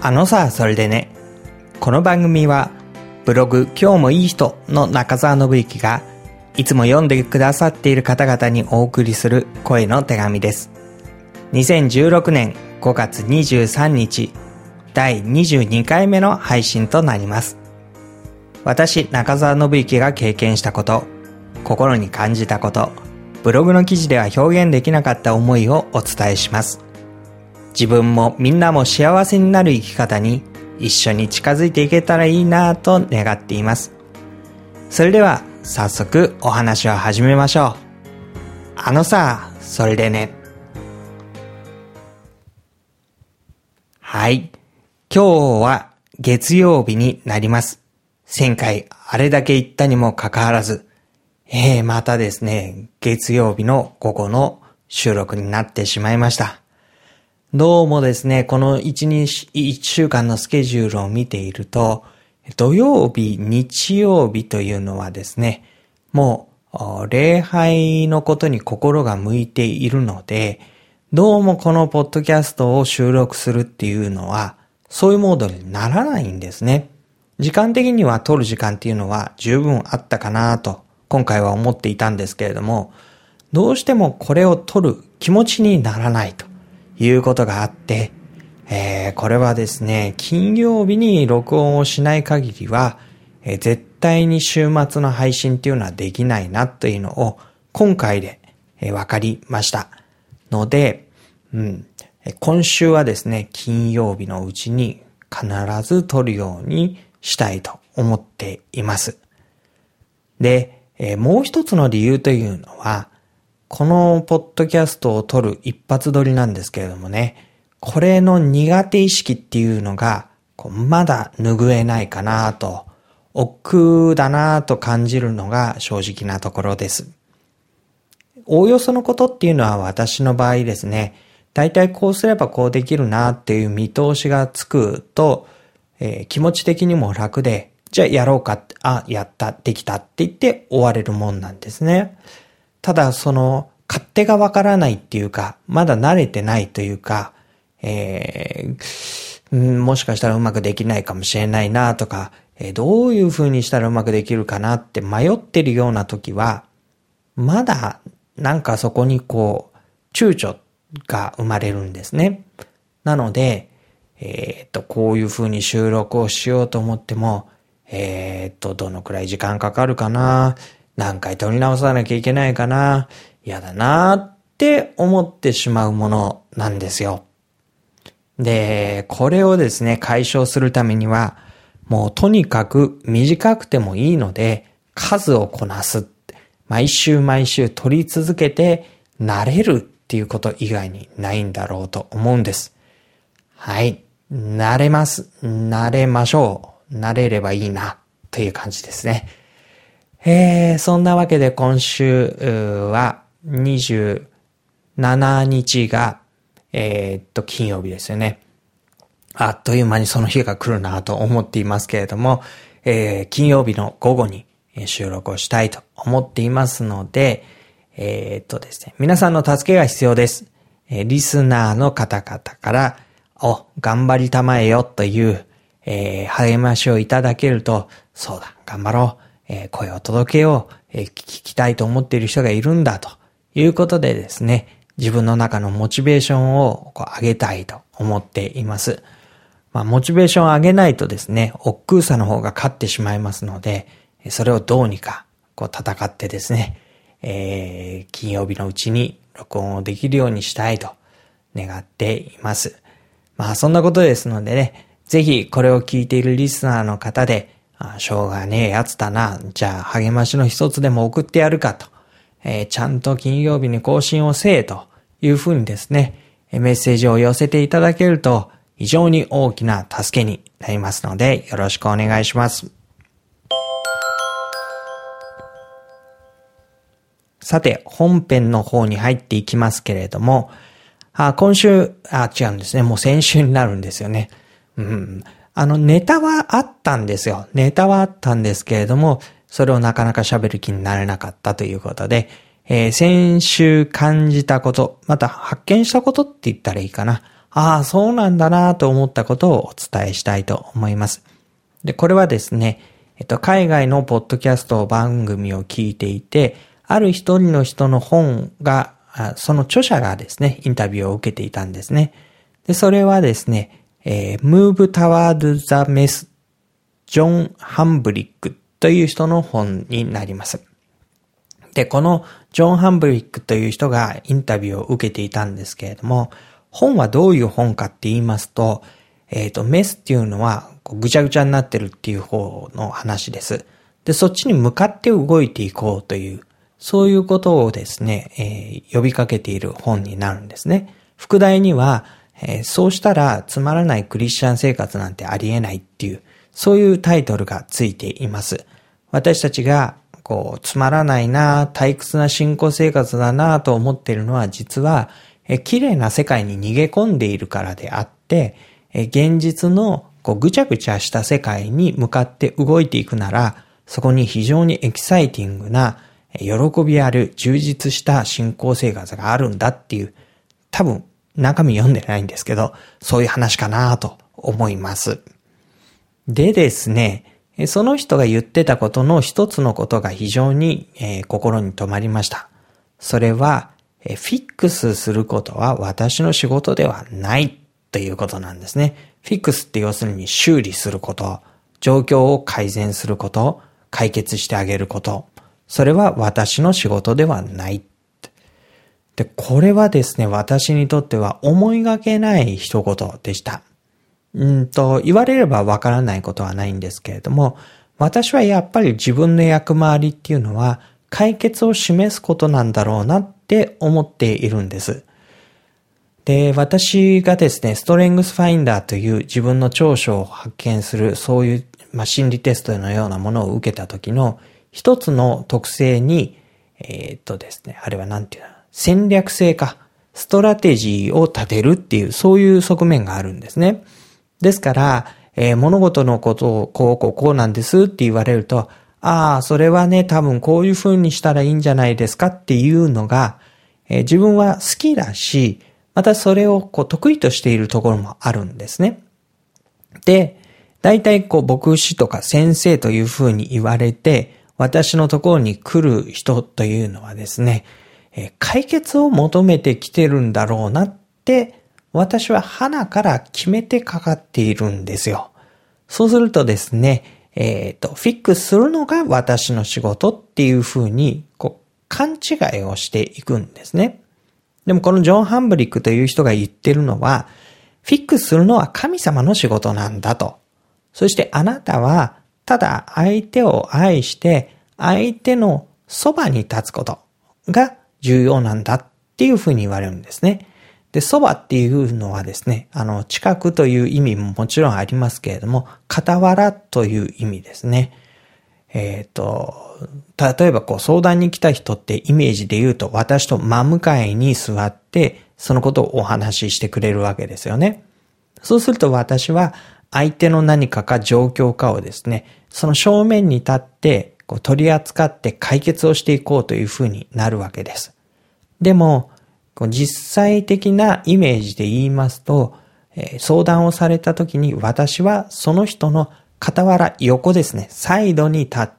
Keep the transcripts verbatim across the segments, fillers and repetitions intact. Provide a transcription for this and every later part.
あのさ、それでね。この番組はブログ今日もいい人の中澤信之がいつも読んでくださっている方々にお送りする声の手紙です。にせんじゅうろくねんごがつにじゅうさんにちだいにじゅうにかいめの配信となります。私中澤信之が経験したこと、心に感じたこと、ブログの記事では表現できなかった思いをお伝えします。自分もみんなも幸せになる生き方に一緒に近づいていけたらいいなぁと願っています。それでは早速お話を始めましょう。あのさ、それでね。はい。今日は月曜日になります。前回あれだけ言ったにもかかわらず、えー、またですね、月曜日の午後の収録になってしまいました。どうもですね、このいち、にしゅうかんのスケジュールを見ていると、土曜日、日曜日というのはですね、もう礼拝のことに心が向いているので、どうもこのポッドキャストを収録するっていうのは、そういうモードにならないんですね。時間的には撮る時間っていうのは十分あったかなと、今回は思っていたんですけれども、どうしてもこれを撮る気持ちにならないということがあって、えー、これはですね、金曜日に録音をしない限りは、えー、絶対に週末の配信っていうのはできないなというのを今回で、えー、分かりましたので、うん、今週はですね、金曜日のうちに必ず撮るようにしたいと思っています。で、えー、もう一つの理由というのは、このポッドキャストを撮る一発撮りなんですけれどもね、これの苦手意識っていうのがこうまだ拭えないかなと、億劫だなと感じるのが正直なところです。おおよそのことっていうのは私の場合ですね、だいたいこうすればこうできるなっていう見通しがつくと、えー、気持ち的にも楽で、じゃあやろうかって、あ、やった、できたって言って終われるもんなんですね。ただその勝手がわからないっていうか、まだ慣れてないというか、えー、もしかしたらうまくできないかもしれないなとか、えー、どういう風にしたらうまくできるかなって迷ってるような時は、まだなんかそこにこう躊躇が生まれるんですね。なので、えー、っとこういう風に収録をしようと思っても、えー、っとどのくらい時間かかるかな、何回撮り直さなきゃいけないかな、嫌だなって思ってしまうものなんですよ。で、これをですね、解消するためには、もうとにかく短くてもいいので、数をこなす。毎週毎週撮り続けて慣れるっていうこと以外にないんだろうと思うんです。はい。慣れます。慣れましょう。慣れればいいなという感じですね。えー、そんなわけで今週はにじゅうしちにちが、えー、っと、金曜日ですよね。あっという間にその日が来るなと思っていますけれども、えー、金曜日の午後に収録をしたいと思っていますので、えー、っとですね、皆さんの助けが必要です。えー、リスナーの方々から、お、頑張りたまえよという、えー、励ましをいただけると、そうだ、頑張ろう。えー、声を届けよう、えー、聞きたいと思っている人がいるんだということでですね、自分の中のモチベーションをこう上げたいと思っています。まあ、モチベーションを上げないとですね、億劫さの方が勝ってしまいますので、それをどうにかこう戦ってですね、えー、金曜日のうちに録音をできるようにしたいと願っています。まあそんなことですのでね、ぜひこれを聞いているリスナーの方で、あ、しょうがねえやつだな、じゃあ励ましの一つでも送ってやるかと、えー、ちゃんと金曜日に更新をせえというふうにですね、メッセージを寄せていただけると非常に大きな助けになりますので、よろしくお願いします。さて、本編の方に入っていきますけれども、あ、今週、あ、違うんですね。もう先週になるんですよね。うん。あの、ネタはあったんですよ。ネタはあったんですけれども、それをなかなか喋る気になれなかったということで、えー、先週感じたこと、また発見したことって言ったらいいかな。 ああ、そうなんだなと思ったことをお伝えしたいと思います。で、これはですね、えっと、海外のポッドキャスト番組を聞いていて、ある一人の人の本が、その著者がですね、インタビューを受けていたんですね。で、それはですね、えー、Move Toward the Mess ジョン・ハンブリックという人の本になります。で、このジョン・ハンブリックという人がインタビューを受けていたんですけれども、本はどういう本かって言いますと、えっと、メスっていうのはこうぐちゃぐちゃになってるっていう方の話です。で、そっちに向かって動いていこうという、そういうことをですね、えー、呼びかけている本になるんですね。副題には、えー、そうしたらつまらないクリスチャン生活なんてありえないっていう、そういうタイトルがついています。私たちがこうつまらないな、退屈な信仰生活だなと思っているのは実はえ綺麗な世界に逃げ込んでいるからであって、え現実のこうぐちゃぐちゃした世界に向かって動いていくなら、そこに非常にエキサイティングな喜びある充実した信仰生活があるんだっていう、多分中身読んでないんですけど、そういう話かなと思います。でですね、その人が言ってたことの一つのことが非常に、えー、心に留まりました。それは、えー、フィックスすることは私の仕事ではないということなんですね。フィックスって要するに修理すること、状況を改善すること、解決してあげること。それは私の仕事ではない。で、これはですね、私にとっては思いがけない一言でした。うんと、言われればわからないことはないんですけれども、私はやっぱり自分の役回りっていうのは解決を示すことなんだろうなって思っているんです。で、私がですね、ストレングスファインダーという自分の長所を発見する、そういう、まあ、心理テストのようなものを受けた時の一つの特性に、えー、っとですね、あれはなんていうの、戦略性か、ストラテジーを立てるっていう、そういう側面があるんですね。ですから、えー、物事のことをこうこうこうなんですって言われると、ああ、それはね、多分こういう風にしたらいいんじゃないですかっていうのが、えー、自分は好きだし、またそれをこう得意としているところもあるんですね。で、大体こう牧師とか先生という風に言われて、私のところに来る人というのはですね、えー、解決を求めてきてるんだろうなって私は鼻から決めてかかっているんですよ。そうするとですね、えっと、フィックスするのが私の仕事っていう風に、こう、勘違いをしていくんですね。でもこのジョン・ハンブリックという人が言ってるのは、フィックスするのは神様の仕事なんだと。そしてあなたは、ただ相手を愛して、相手のそばに立つことが重要なんだっていう風に言われるんですね。で、そばっていうのはですね、あの、近くという意味ももちろんありますけれども、傍らという意味ですね。えっと、例えばこう相談に来た人ってイメージで言うと、私と真向かいに座って、そのことをお話ししてくれるわけですよね。そうすると私は相手の何かか状況かをですね、その正面に立ってこう取り扱って解決をしていこうというふうになるわけです。でも、実際的なイメージで言いますと、えー、相談をされた時に私はその人の傍ら横ですね、サイドに立って、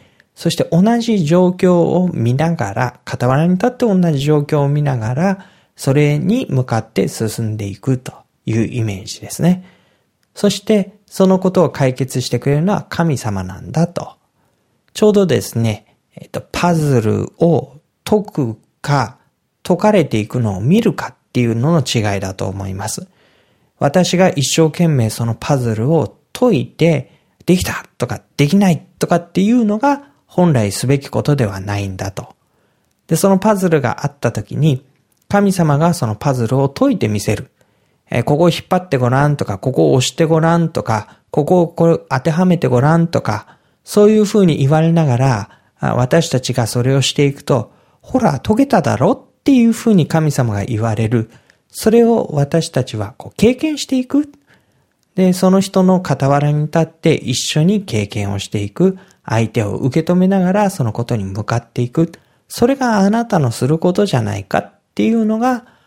そして同じ状況を見ながら、傍らに立って同じ状況を見ながら、それに向かって進んでいくというイメージですね。そしてそのことを解決してくれるのは神様なんだと。ちょうどですね、えっと、パズルを解くか、解かれていくのを見るかっていうのの違いだと思います。私が一生懸命そのパズルを解いて、できたとかできないとかっていうのが本来すべきことではないんだと。で、そのパズルがあった時に、神様がそのパズルを解いてみせる。えー、ここを引っ張ってごらんとか、ここを押してごらんとか、ここをこれ当てはめてごらんとか、そういうふうに言われながら、私たちがそれをしていくと、ほら、解けただろっていうふうに神様が言われる。それを私たちはこう経験していく。で、その人の傍らに立って一緒に経験をしていく。相手を受け止めながらそのことに向かっていく。それがあなたのすることじゃないかっていうのが、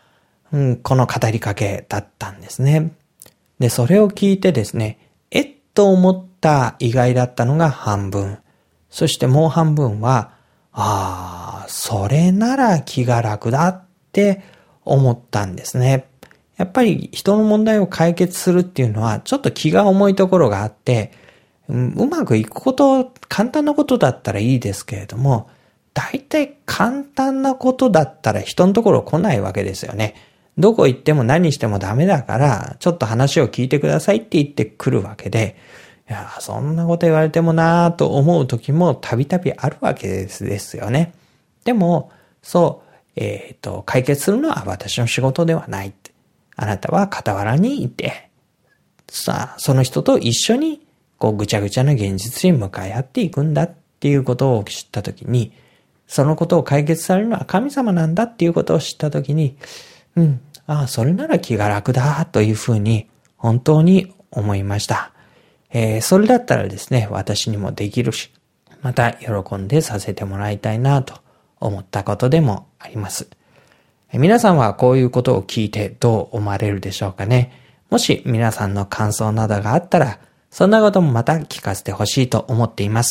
うん、この語りかけだったんですね。で、それを聞いてですね、えっと思った意外だったのが半分。そしてもう半分は、ああ、それなら気が楽だって思ったんですね。やっぱり人の問題を解決するっていうのはちょっと気が重いところがあって、うん、うまくいくこと、簡単なことだったらいいですけれども、大体簡単なことだったら人のところ来ないわけですよね。どこ行っても何してもダメだから、ちょっと話を聞いてくださいって言ってくるわけで、いや、そんなこと言われてもなぁと思う時もたびたびあるわけですですよね。でも、そう、えっと、解決するのは私の仕事ではないって。あなたは傍らにいて、さあ、その人と一緒に、こう、ぐちゃぐちゃな現実に向かい合っていくんだっていうことを知ったときに、そのことを解決されるのは神様なんだっていうことを知ったときに、うん、ああ、それなら気が楽だというふうに本当に思いました。えー、それだったらですね、私にもできるし、また喜んでさせてもらいたいなと思ったことでもあります。えー、皆さんはこういうことを聞いてどう思われるでしょうかね。もし皆さんの感想などがあったら、そんなこともまた聞かせてほしいと思っています。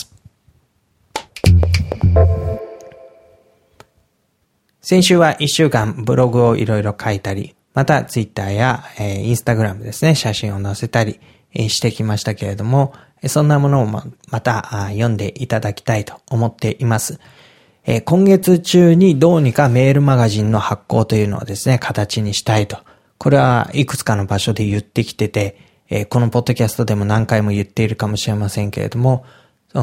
先週は一週間ブログをいろいろ書いたり、またツイッターや、えー、インスタグラムですね、写真を載せたり、えー、してきましたけれども、そんなものを ま, また読んでいただきたいと思っています。えー、今月中にどうにかメールマガジンの発行というのをですね、形にしたいと。これはいくつかの場所で言ってきてて、えー、このポッドキャストでも何回も言っているかもしれませんけれども、うん、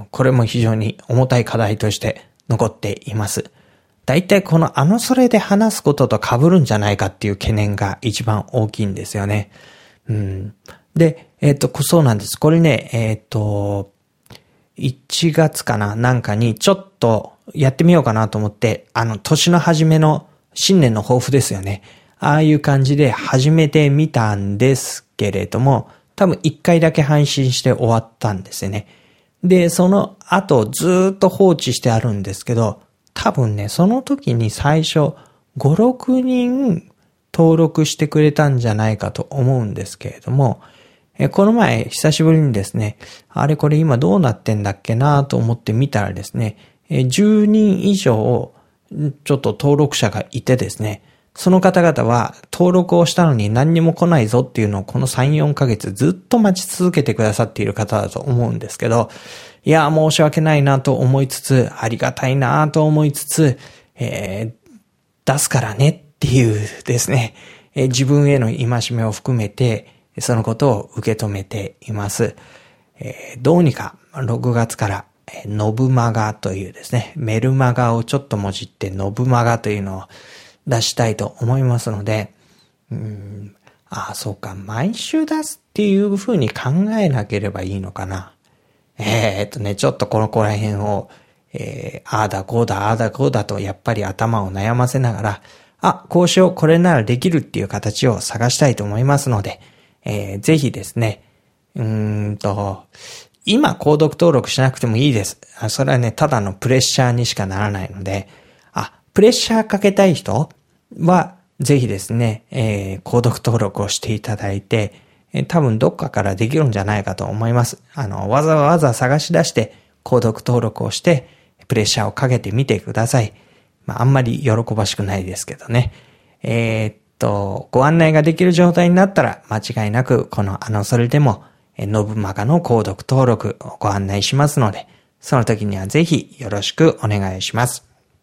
これも非常に重たい課題として残っています。大体このあのそれで話すことと被るんじゃないかっていう懸念が一番大きいんですよね。うん、で、えっと、そうなんです。これね、えっと、いちがつかななんかにちょっとやってみようかなと思って、あの、年の初めの新年の抱負ですよね。ああいう感じで始めてみたんですけれども、多分いっかいだけ配信して終わったんですよね。で、その後ずーっと放置してあるんですけど、多分ね、その時に最初ご、ろくにん登録してくれたんじゃないかと思うんですけれども、えこの前久しぶりにですね、あれこれ今どうなってんだっけなと思ってみたらですね、じゅうにん以上ちょっと登録者がいてですね、その方々は登録をしたのに何にも来ないぞっていうのをこのさん、よんかげつずっと待ち続けてくださっている方だと思うんですけど、いや申し訳ないなと思いつつ、ありがたいなと思いつつ、えー、出すからねっていうですね、えー、自分への戒めを含めてそのことを受け止めています。えー、どうにかろくがつからノブマガというですね、メルマガをちょっともじってノブマガというのを出したいと思いますので、うーん、ああ、そうか、毎週出すっていう風に考えなければいいのかな。えー、っとね、ちょっとこのこら辺を、えー、ああだこうだ、ああだこうだとやっぱり頭を悩ませながら、あ、こうしよう、これならできるっていう形を探したいと思いますので、えー、ぜひですね、うーんと、今購読登録しなくてもいいです。それはね、ただのプレッシャーにしかならないので、あ、プレッシャーかけたい人は、ぜひですね、えー、購読登録をしていただいて、えー、多分どっかからできるんじゃないかと思います。あの、わざわざ探し出して、購読登録をして、プレッシャーをかけてみてください。まあ、あんまり喜ばしくないですけどね。えー、っと、ご案内ができる状態になったら、間違いなく、このあのそれでも、ノブマガの購読登録をご案内しますので、その時にはぜひよろしくお願いします。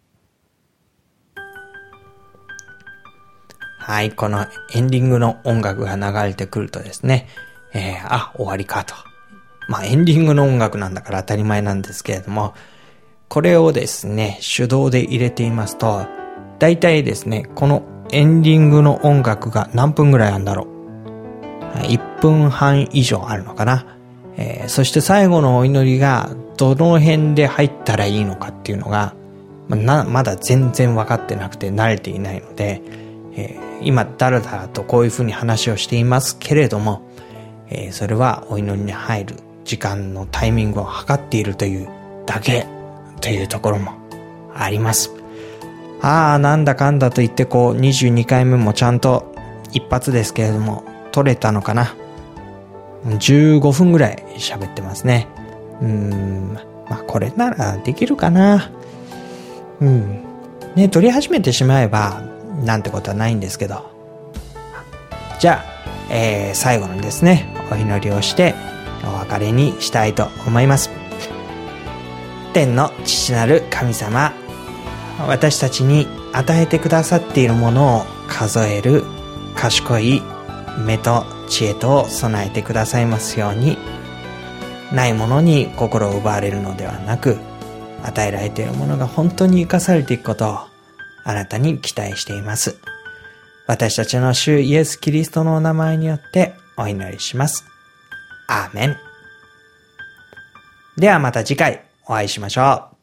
はい、このエンディングの音楽が流れてくるとですね、えー、あ、終わりかと。まあエンディングの音楽なんだから当たり前なんですけれども、これをですね、手動で入れていますと、だいたいですね、このエンディングの音楽が何分ぐらいあるんだろう。いっぷんはん以上あるのかな。えー、そして最後のお祈りがどの辺で入ったらいいのかっていうのが、まあ、なまだ全然分かってなくて慣れていないので、えー、今だらだらとこういうふうに話をしていますけれども、えー、それはお祈りに入る時間のタイミングを測っているというだけというところもあります。 ああ、なんだかんだと言ってこうにじゅうにかいめもちゃんと一発ですけれども、撮れたのかな。じゅうごふんぐらい喋ってますね。うーん、まあこれならできるかな。うん。ね、撮り始めてしまえば、なんてことはないんですけど。じゃあ、えー、最後のですね、お祈りをして、お別れにしたいと思います。天の父なる神様、私たちに与えてくださっているものを数える賢い目と知恵とを備えてくださいますように、ないものに心を奪われるのではなく、与えられているものが本当に生かされていくことをあなたに期待しています。私たちの主イエス・キリストのお名前によってお祈りします。アーメン。ではまた次回お会いしましょう。